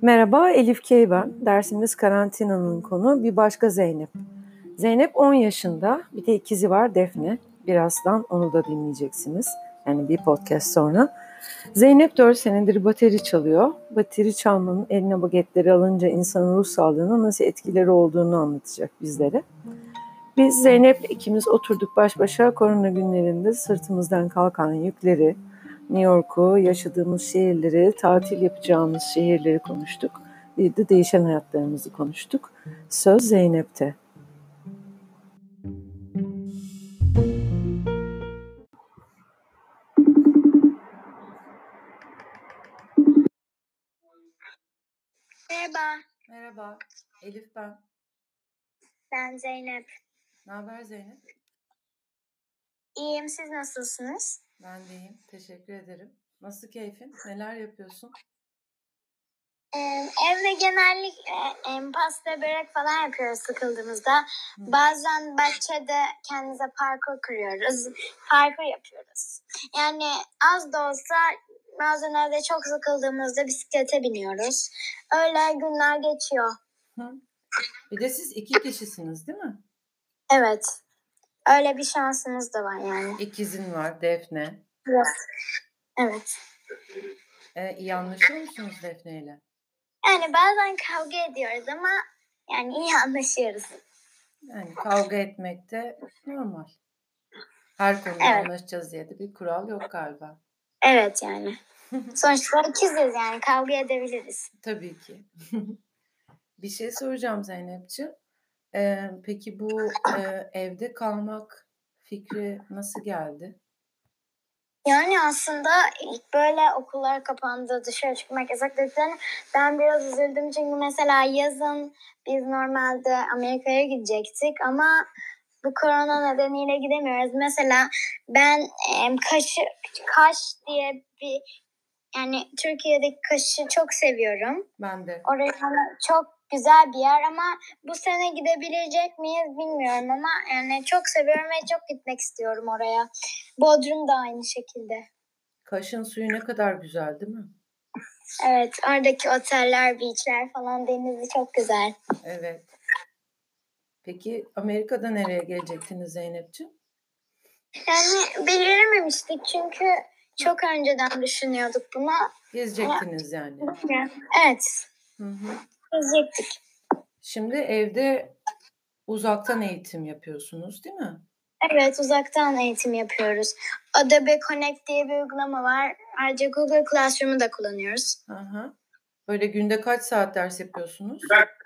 Merhaba, Elif Key ben. Dersimiz karantinanın konu bir başka Zeynep. Zeynep 10 yaşında, bir de ikizi var Defne. Birazdan onu da dinleyeceksiniz. Yani bir podcast sonra. Zeynep 4 senedir bateri çalıyor. Bateri çalmanın eline bagetleri alınca insanın ruh sağlığına nasıl etkileri olduğunu anlatacak bizlere. Biz Zeynep ikimiz oturduk baş başa korona günlerinde sırtımızdan kalkan yükleri, New York'u, yaşadığımız şehirleri, tatil yapacağımız şehirleri konuştuk. Bir de değişen hayatlarımızı konuştuk. Söz Zeynep'te. Merhaba. Merhaba, Elif ben. Ben Zeynep. Ne haber Zeynep? İyiyim, siz nasılsınız? Ben de iyiyim, teşekkür ederim. Nasıl keyfin? Neler yapıyorsun? Evde genellikle pasta börek falan yapıyoruz sıkıldığımızda. Bazen bahçede kendimize parkur kuruyoruz. Parkur yapıyoruz. Yani az da olsa bazen evde çok sıkıldığımızda bisiklete biniyoruz. Öyle günler geçiyor. Bir de siz 2 kişisiniz değil mi? Evet. Öyle bir şansımız da var yani. İkizin var, Defne. Evet. İyi anlaşıyor musunuz Defne ile? Yani bazen kavga ediyoruz ama yani iyi anlaşıyoruz. Yani kavga etmek de normal. Her konuda anlaşacağız diye de bir kural yok galiba. Evet yani. Sonuçta ikiziz yani kavga edebiliriz. Tabii ki. Bir şey soracağım Zeynepciğim. Peki bu evde kalmak fikri nasıl geldi? Yani aslında ilk böyle okullar kapandı, dışarı çıkmak yasak dediklerine ben biraz üzüldüm. Çünkü mesela yazın biz normalde Amerika'ya gidecektik ama bu korona nedeniyle gidemiyoruz. Mesela ben Kaş diye bir yani Türkiye'deki Kaş'ı çok seviyorum. Ben de. Orası çok güzel bir yer ama bu sene gidebilecek miyiz bilmiyorum ama yani çok seviyorum ve çok gitmek istiyorum oraya. Bodrum da aynı şekilde. Kaş'ın suyu ne kadar güzel değil mi? Evet, oradaki oteller, beachler falan denizi çok güzel. Evet. Peki Amerika'da nereye gelecektiniz Zeynepciğim? Yani belirlememiştik çünkü çok önceden düşünüyorduk bunu. Gezecektiniz yani. Evet. Gezecektik. Şimdi evde uzaktan eğitim yapıyorsunuz değil mi? Evet, uzaktan eğitim yapıyoruz. Adobe Connect diye bir uygulama var. Ayrıca Google Classroom'u da kullanıyoruz. Böyle günde kaç saat ders yapıyorsunuz?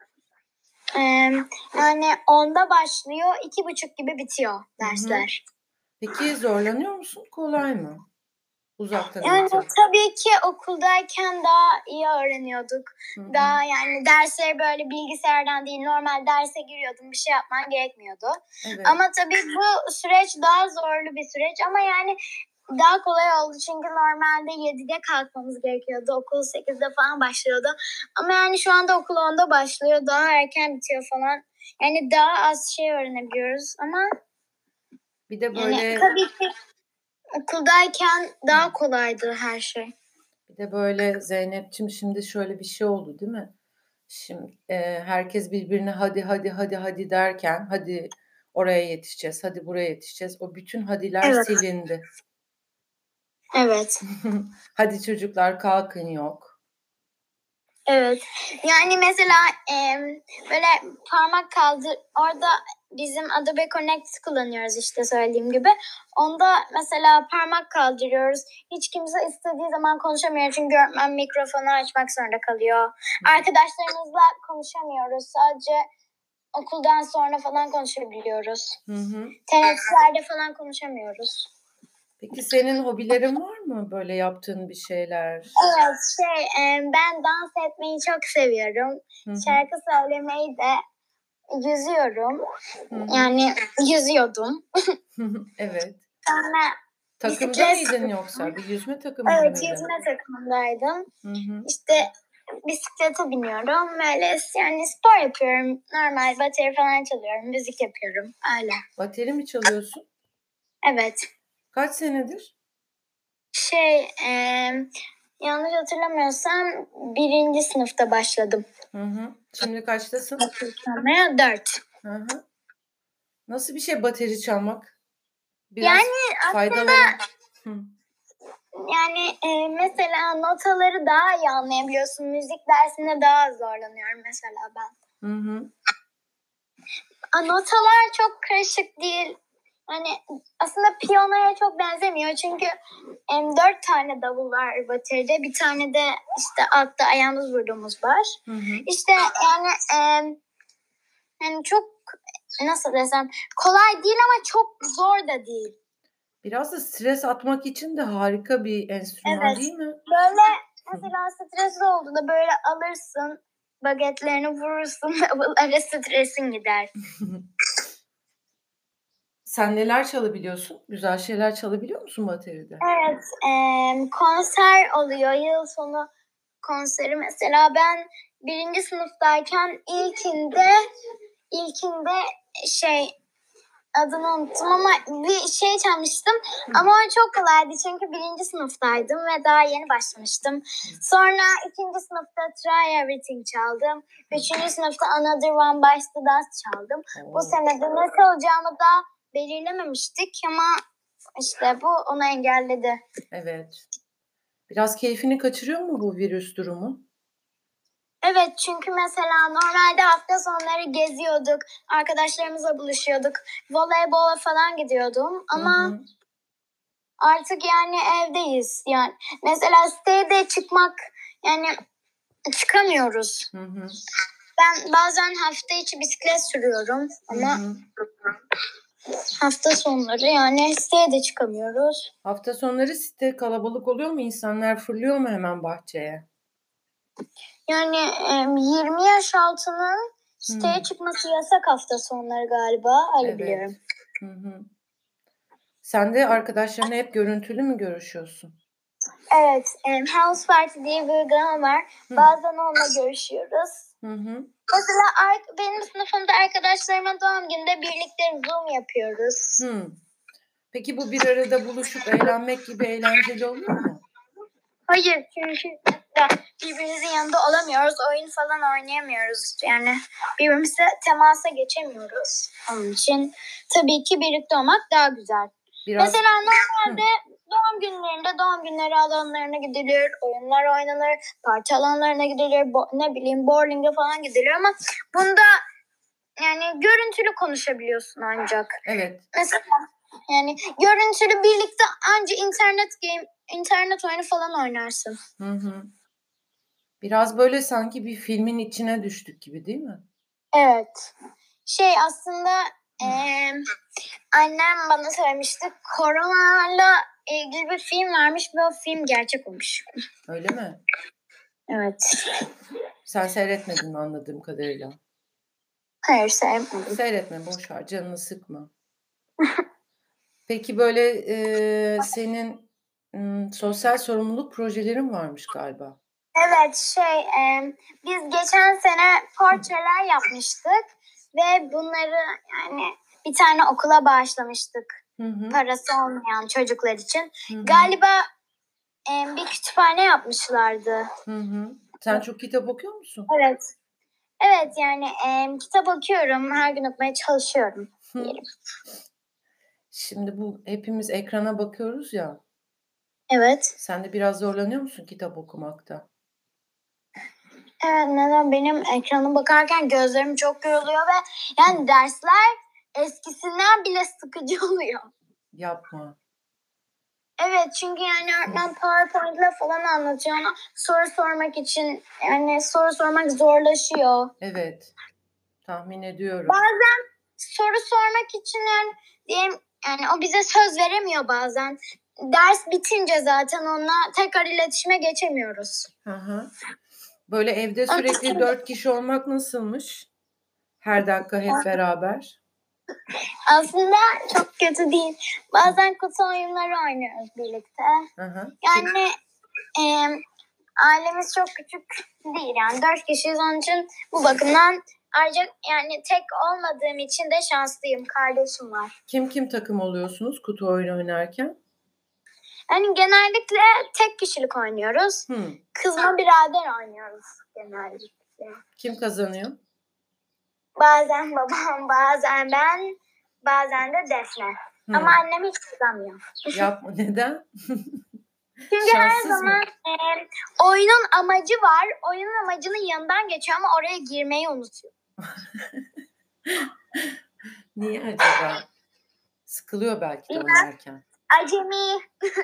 Yani 10'da başlıyor, 2:30 gibi bitiyor dersler. Peki zorlanıyor musun? Kolay mı? Uzaktan yani eğitim. Tabii ki okuldayken daha iyi öğreniyorduk. Daha yani dersleri böyle bilgisayardan değil normal derse giriyordum. Bir şey yapman gerekmiyordu. Evet. Ama tabii bu süreç daha zorlu bir süreç ama yani daha kolay oldu çünkü normalde 7'de kalkmamız gerekiyordu. Okul 8'de falan başlıyordu. Ama yani şu anda okul 10'da başlıyor. Daha erken bitiyor falan. Yani daha az şey öğrenebiliyoruz ama bir de böyle yani tabii ki okuldayken daha kolaydı her şey. Bir de böyle Zeynep'ciğim şimdi şöyle bir şey oldu değil mi? Şimdi herkes birbirine hadi derken hadi oraya yetişeceğiz, hadi buraya yetişeceğiz. O bütün hadiler silindi. Evet. Hadi çocuklar kalkın yok. Evet. Yani mesela böyle parmak kaldır. Orada bizim Adobe Connect kullanıyoruz işte söylediğim gibi. Onda mesela parmak kaldırıyoruz. Hiç kimse istediği zaman konuşamıyor. Çünkü öğretmen mikrofonu açmak zorunda kalıyor. Arkadaşlarımızla konuşamıyoruz. Sadece okuldan sonra falan konuşabiliyoruz. Teneffüslerde falan konuşamıyoruz. Peki senin hobilerin var mı? Böyle yaptığın bir şeyler? Evet, ben dans etmeyi çok seviyorum. Şarkı söylemeyi de yüzüyorum. Yani yüzüyordum. Evet. Sonra Takımda mıydın yoksa? Bir yüzme takımında evet, mıydın? Evet, yüzme takımındaydım. İşte bisiklete biniyorum. Böyle yani spor yapıyorum. Normal bateri falan çalıyorum. Müzik yapıyorum. Öyle. Bateri mi çalıyorsun? Evet. Kaç senedir? yanlış hatırlamıyorsam 1. sınıfta başladım. Şimdi kaçtasın? Bateri çalmaya 4. Nasıl bir şey bateri çalmak? Biraz yani faydaları. Yani mesela notaları daha iyi anlayabiliyorsun. Müzik dersinde daha zorlanıyorum mesela ben. Notalar çok karışık değil. Hani aslında piyanoya çok benzemiyor çünkü 4 tane davul var bateride. Bir tane de işte altta ayağımız vurduğumuz var. İşte yani çok nasıl desem kolay değil ama çok zor da değil. Biraz da stres atmak için de harika bir enstrüman değil mi? Böyle mesela stresli olduğunda böyle alırsın bagetlerini vurursun davullara stresin gider. Sen neler çalabiliyorsun? Güzel şeyler çalabiliyor musun bateride? Evet. Konser oluyor. Yıl sonu konseri. Mesela ben 1. sınıftayken ilkinde adını unuttum ama bir şey çalmıştım. Ama o çok kolaydı çünkü 1. sınıftaydım ve daha yeni başlamıştım. Sonra 2. sınıfta Try Everything çaldım. 3. sınıfta Another One Bites the Dust çaldım. Bu sene de ne çalacağımı da belirlememiştik ama işte bu onu engelledi. Evet. Biraz keyfini kaçırıyor mu bu virüs durumu? Evet çünkü mesela normalde hafta sonları geziyorduk. Arkadaşlarımızla buluşuyorduk. Voleybola falan gidiyordum ama artık yani evdeyiz. Yani mesela sitede çıkmak yani çıkamıyoruz. Ben bazen hafta içi bisiklet sürüyorum ama hafta sonları yani siteye de çıkamıyoruz. Hafta sonları site kalabalık oluyor mu? İnsanlar fırlıyor mu hemen bahçeye? Yani 20 yaş altının siteye çıkması yasak hafta sonları galiba. Öyle biliyorum. Sen de arkadaşlarına hep görüntülü mü görüşüyorsun? Evet. House Party diye bir uygulama var. Bazen onunla görüşüyoruz. Mesela benim sınıfımda arkadaşlarıma doğum günde birlikte Zoom yapıyoruz. Peki bu bir arada buluşup eğlenmek gibi eğlenceli oluyor mu? Hayır çünkü birbirimizin yanında olamıyoruz. Oyun falan oynayamıyoruz. Yani birbirimize temasa geçemiyoruz. Onun için tabii ki birlikte olmak daha güzel. Mesela normalde doğum günlerinde doğum günleri alanlarına gidilir, oyunlar oynanır, parti alanlarına gidilir, ne bileyim bowling'e falan gidilir ama bunda yani görüntülü konuşabiliyorsun ancak. Evet. Mesela yani görüntülü birlikte anca internet oyunu falan oynarsın. Biraz böyle sanki bir filmin içine düştük gibi değil mi? Evet. Aslında annem bana söylemişti. Koronayla ilgili bir film varmış ve o film gerçek olmuş. Öyle mi? Evet. Sen seyretmedin mi anladığım kadarıyla? Hayır seyretmedim. Seyretme, boş ver, canını sıkma. Peki böyle senin sosyal sorumluluk projelerin varmış galiba. Evet biz geçen sene portreler yapmıştık ve bunları yani bir tane okula bağışlamıştık. Parası olmayan çocuklar için. Galiba bir kütüphane yapmışlardı. Sen çok kitap okuyor musun? Evet. Evet yani kitap okuyorum. Her gün okumaya çalışıyorum. Şimdi bu hepimiz ekrana bakıyoruz ya. Evet. Sen de biraz zorlanıyor musun kitap okumakta? Evet neden? Benim ekrana bakarken gözlerim çok yoruluyor ve yani dersler eskisinden bile sıkıcı oluyor. Yapma. Evet çünkü yani öğretmen PowerPoint'le falan anlatıyor ama soru sormak için yani soru sormak zorlaşıyor. Evet. Tahmin ediyorum. Bazen soru sormak için yani o bize söz veremiyor bazen. Ders bitince zaten onunla tekrar iletişime geçemiyoruz. Böyle evde sürekli 4 kişi olmak nasılmış? Her dakika hep beraber. Aslında çok kötü değil. Bazen kutu oyunları oynuyoruz birlikte. Yani ailemiz çok küçük değil yani 4 kişiyiz onun için bu bakımdan ayrıca yani tek olmadığım için de şanslıyım. Kardeşim var. Kim takım oluyorsunuz kutu oyunu oynarken? Yani genellikle tek kişilik oynuyoruz. Kızma birader oynuyoruz genellikle. Kim kazanıyor? Bazen babam, bazen ben, bazen de Defne. Ama annem hiç kazanmıyor. Yapma, neden? Çünkü her zaman oyunun amacı var. Oyunun amacının yanından geçiyor ama oraya girmeyi unutuyor. Niye acaba? Sıkılıyor belki de oynarken. Acemi.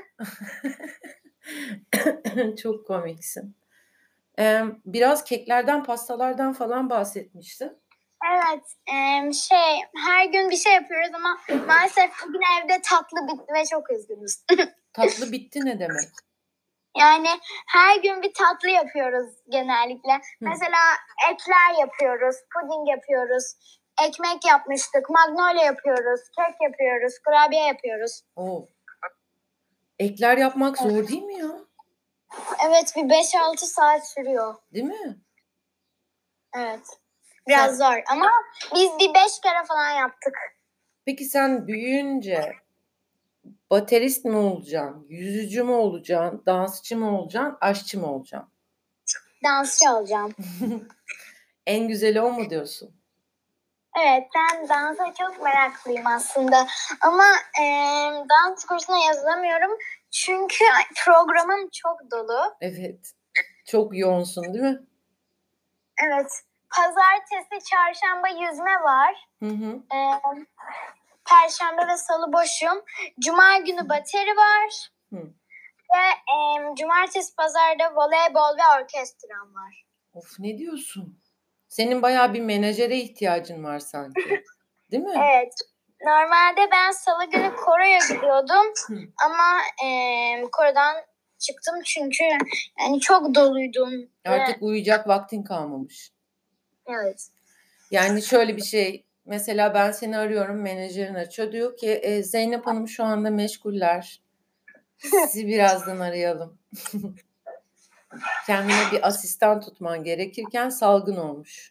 Çok komiksin. Biraz keklerden, pastalardan falan bahsetmiştin. Evet. Her gün bir şey yapıyoruz ama maalesef bugün evde tatlı bitti ve çok üzgünüz. Tatlı bitti ne demek? Yani her gün bir tatlı yapıyoruz genellikle. Mesela ekler yapıyoruz, puding yapıyoruz, ekmek yapmıştık, magnolia yapıyoruz, kek yapıyoruz, kurabiye yapıyoruz. Oo. Ekler yapmak zor değil mi ya? Evet, bir 5-6 saat sürüyor. Değil mi? Evet. Biraz zor ama biz bir 5 kere falan yaptık. Peki sen büyüyünce baterist mi olacaksın, yüzücü mü olacaksın, dansçı mı olacaksın, aşçı mı olacaksın? Dansçı olacağım. En güzeli o mu diyorsun? Evet, ben dansa çok meraklıyım aslında. Ama dans kursuna yazılamıyorum. Çünkü programım çok dolu. Evet. Çok yoğunsun değil mi? Evet. Pazartesi, çarşamba yüzme var. Hı. Perşembe ve salı boşum. Cuma günü bateri var. Ve cumartesi, pazarda voleybol ve orkestram var. Of, ne diyorsun? Senin bayağı bir menajere ihtiyacın var sanki. Değil mi? Evet. Normalde ben salı günü koroya gidiyordum. Ama korodan çıktım çünkü yani çok doluydum. Artık uyuyacak vaktin kalmamış. Evet. Yani şöyle bir şey. Mesela ben seni arıyorum, menajerin açıyor. Diyor ki Zeynep Hanım şu anda meşguller. Sizi birazdan arayalım. Kendine bir asistan tutman gerekirken salgın olmuş.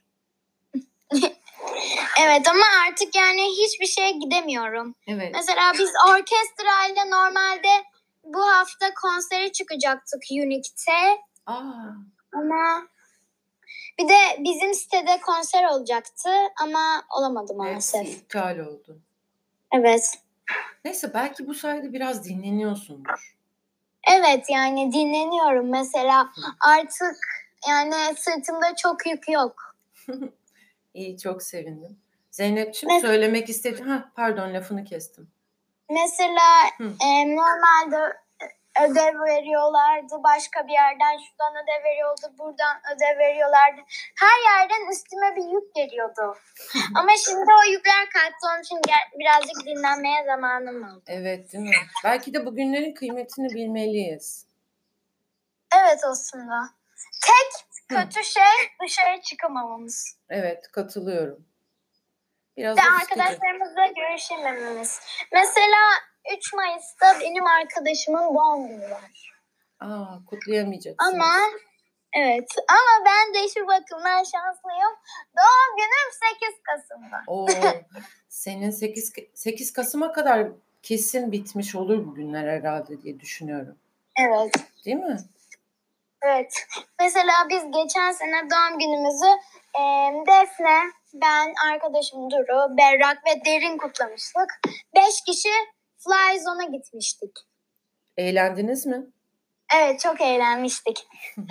Evet ama artık yani hiçbir şeye gidemiyorum. Evet. Mesela biz orkestrayla normalde bu hafta konsere çıkacaktık Unique'te. Ama bir de bizim sitede konser olacaktı ama olamadı maalesef. Hepsi iptal oldu. Evet. Neyse, belki bu sayede biraz dinleniyorsundur. Evet, yani dinleniyorum mesela. Artık yani sırtımda çok yük yok. İyi, çok sevindim. Zeynep'ciğim söylemek istediğin... Pardon, lafını kestim. Mesela normalde ödev veriyorlardı. Başka bir yerden şuradan ödev veriyordu. Buradan ödev veriyorlardı. Her yerden üstüme bir yük geliyordu. Ama şimdi o yükler kalktı. Onun için birazcık dinlenmeye zamanım oldu. Evet, değil mi? Belki de bugünlerin kıymetini bilmeliyiz. Evet, aslında. Tek kötü şey dışarı çıkamamamız. Evet, katılıyorum. Biraz ve da arkadaşlarımızla görüşemememiz. Mesela 3 Mayıs'ta benim arkadaşımın doğum günü var. Kutlayamayacaksınız. Evet, ama ben de şu bakımdan şanslıyım. Doğum günüm 8 Kasım'da. Senin 8 Kasım'a kadar kesin bitmiş olur bu günler herhalde diye düşünüyorum. Evet. Değil mi? Evet. Mesela biz geçen sene doğum günümüzü Defne, ben, arkadaşım Duru, Berrak ve Derin kutlamıştık. 5 kişi Fly Zone'a gitmiştik. Eğlendiniz mi? Evet, çok eğlenmiştik.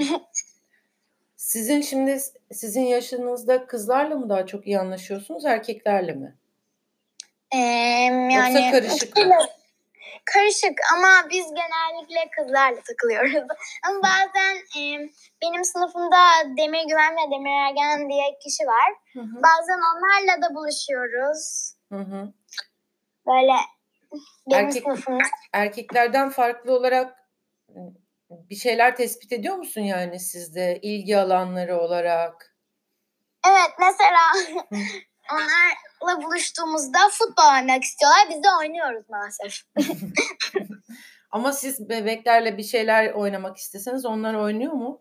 Sizin yaşınızda kızlarla mı daha çok iyi anlaşıyorsunuz, erkeklerle mi? Yani yoksa karışık mı? Karışık ama biz genellikle kızlarla takılıyoruz. Ama bazen benim sınıfımda Demir Güven ve Demir Ergen diye kişi var. Bazen onlarla da buluşuyoruz. Böyle benim sınıfımda. Erkeklerden farklı olarak bir şeyler tespit ediyor musun yani sizde, ilgi alanları olarak? Evet, mesela onlarla buluştuğumuzda futbol oynamak istiyorlar. Biz de oynuyoruz maalesef. Ama siz bebeklerle bir şeyler oynamak isteseniz onlar oynuyor mu?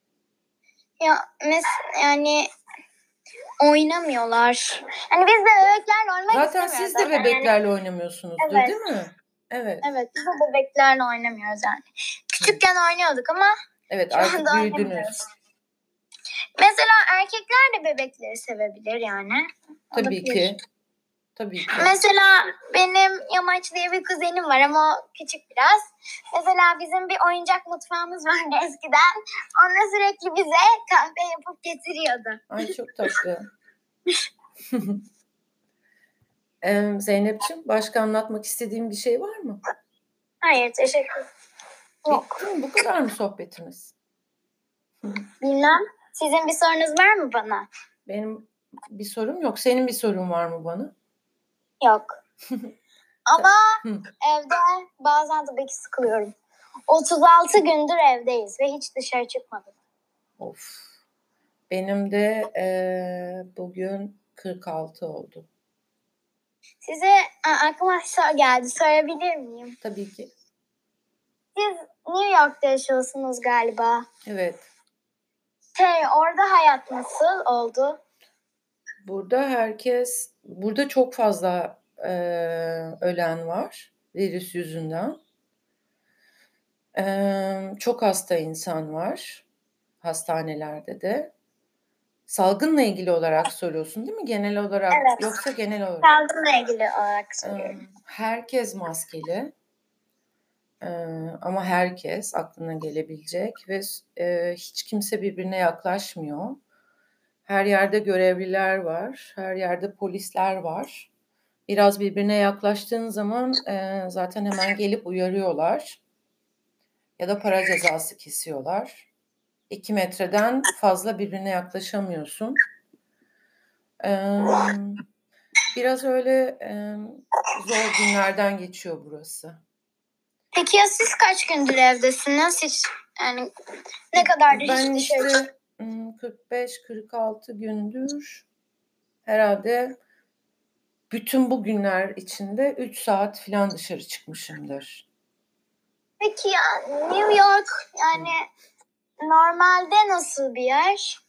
Yani oynamıyorlar. Yani biz de bebeklerle oynamak Zaten istemiyoruz. siz de bebeklerle oynamıyorsunuzdur, evet. Değil mi? Evet. Evet, biz de bebeklerle oynamıyoruz yani. Küçükken oynuyorduk ama evet, şu artık anda büyüdünüz. oynamıyoruz. Mesela erkekler de bebekleri sevebilir yani. Tabii Olabilir. ki. Tabii ki. Mesela benim Yamaç diye bir kuzenim var ama o küçük biraz. Mesela bizim bir oyuncak mutfağımız vardı eskiden. Onunla sürekli bize kahve yapıp getiriyordu. Ay çok tatlı. Zeynep'ciğim, başka anlatmak istediğin bir şey var mı? Hayır, teşekkür ederim. Yok. Bitti mi? Bu kadar mı sohbetimiz? Bilmem. Sizin bir sorunuz var mı bana? Benim bir sorum yok. Senin bir sorun var mı bana? Yok. Ama evde bazen tabii ki sıkılıyorum. 36 gündür evdeyiz ve hiç dışarı çıkmadık. Of. Benim de bugün 46 oldu. Size aklıma soru geldi. Sorabilir miyim? Tabii ki. Siz New York'ta yaşıyorsunuz galiba. Evet. Orada hayat nasıl oldu? Burada çok fazla ölen var virüs yüzünden. Çok hasta insan var hastanelerde de. Salgınla ilgili olarak soruyorsun değil mi? Genel olarak Evet. yoksa genel olarak? Salgınla ilgili olarak soruyorum. Herkes maskeli. Ama herkes aklına gelebilecek ve hiç kimse birbirine yaklaşmıyor. Her yerde görevliler var, her yerde polisler var. Biraz birbirine yaklaştığın zaman zaten hemen gelip uyarıyorlar ya da para cezası kesiyorlar. 2 metreden fazla birbirine yaklaşamıyorsun. Biraz öyle zor günlerden geçiyor burası. Peki ya siz kaç gündür evdesiniz? Hiç yani ne kadardır Ben hiç dışarı işte 45-46 gündür herhalde bütün bu günler içinde 3 saat falan dışarı çıkmışımdır. Peki ya New York yani normalde nasıl bir yer?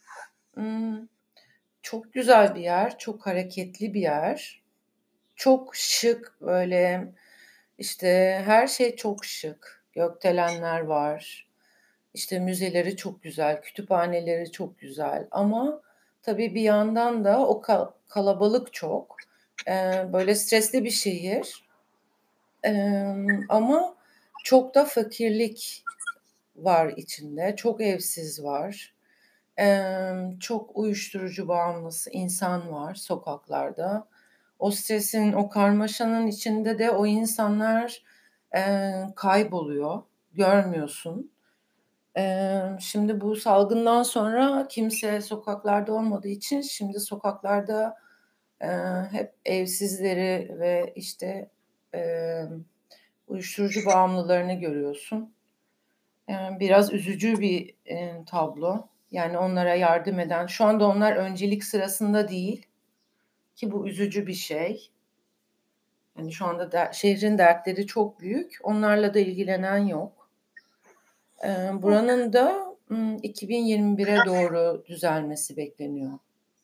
Çok güzel bir yer, çok hareketli bir yer. Çok şık böyle işte her şey çok şık. Gökdelenler var. İşte müzeleri çok güzel, kütüphaneleri çok güzel. Ama tabii bir yandan da o kalabalık çok. Böyle stresli bir şehir. Ama çok da fakirlik var içinde. Çok evsiz var. Çok uyuşturucu bağımlısı insan var sokaklarda. O stresin, o karmaşanın içinde de o insanlar kayboluyor. Görmüyorsun. Şimdi bu salgından sonra kimse sokaklarda olmadığı için şimdi sokaklarda hep evsizleri ve işte uyuşturucu bağımlılarını görüyorsun. Biraz üzücü bir tablo. Yani onlara yardım eden, şu anda onlar öncelik sırasında değil ki bu üzücü bir şey. Yani şu anda şehrin dertleri çok büyük. Onlarla da ilgilenen yok. Buranın da 2021'e doğru düzelmesi bekleniyor.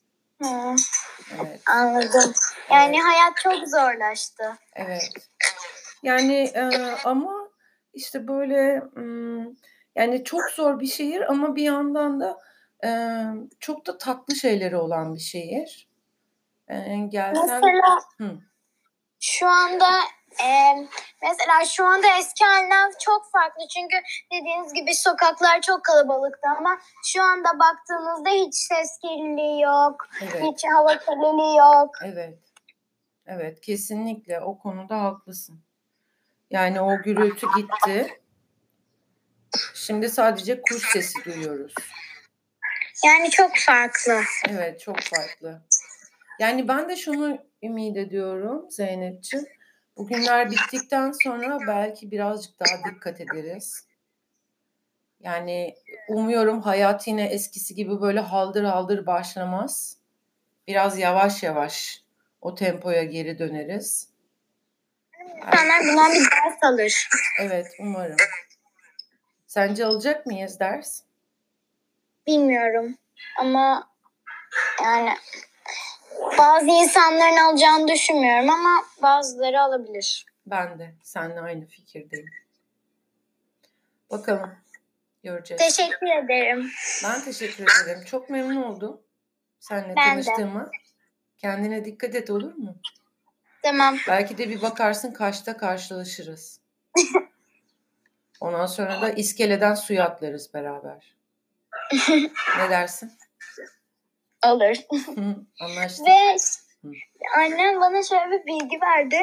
Evet. Anladım. Yani hayat çok zorlaştı. Evet. Yani ama işte böyle yani çok zor bir şehir ama bir yandan da çok da tatlı şeyleri olan bir şehir. Gelsen. Mesela şu anda mesela şu anda eski halinden çok farklı. Çünkü dediğiniz gibi sokaklar çok kalabalıktı ama şu anda baktığınızda hiç ses kirliliği yok. Evet. Hiç hava kirliliği yok. Evet. Evet, kesinlikle o konuda haklısın. Yani o gürültü gitti. Şimdi sadece kuş sesi duyuyoruz. Yani çok farklı. Evet, çok farklı. Yani ben de şunu ümit ediyorum Zeynep'ciğim. Bugünler bittikten sonra belki birazcık daha dikkat ederiz. Yani umuyorum hayat yine eskisi gibi böyle haldır haldır başlamaz. Biraz yavaş yavaş o tempoya geri döneriz. İnsanlar bundan bir ders alır. Evet, umarım. Sence alacak mıyız ders? Bilmiyorum ama yani bazı insanların alacağını düşünmüyorum ama bazıları alabilir. Ben de seninle aynı fikirdeyim. Bakalım. Göreceğiz. Teşekkür ederim. Ben teşekkür ederim. Çok memnun oldum seninle tanıştığıma. Kendine dikkat et, olur mu? Tamam. Belki de bir bakarsın Kaş'ta karşılaşırız. Ondan sonra da iskeleden suya atlarız beraber. Ne dersin? Olur. Anlaştık. Ve annem bana şöyle bir bilgi verdi.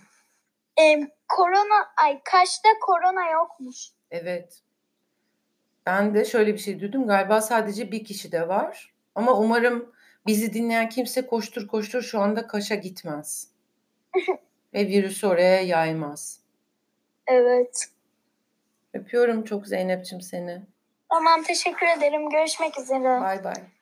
Kaş'ta korona yokmuş. Evet. Ben de şöyle bir şey duydum. Galiba sadece bir kişi de var. Ama umarım bizi dinleyen kimse koştur koştur şu anda Kaş'a gitmez. Ve virüsü oraya yaymaz. Evet. Öpüyorum çok Zeynep'ciğim seni. Tamam, teşekkür ederim. Görüşmek üzere. Bay bay.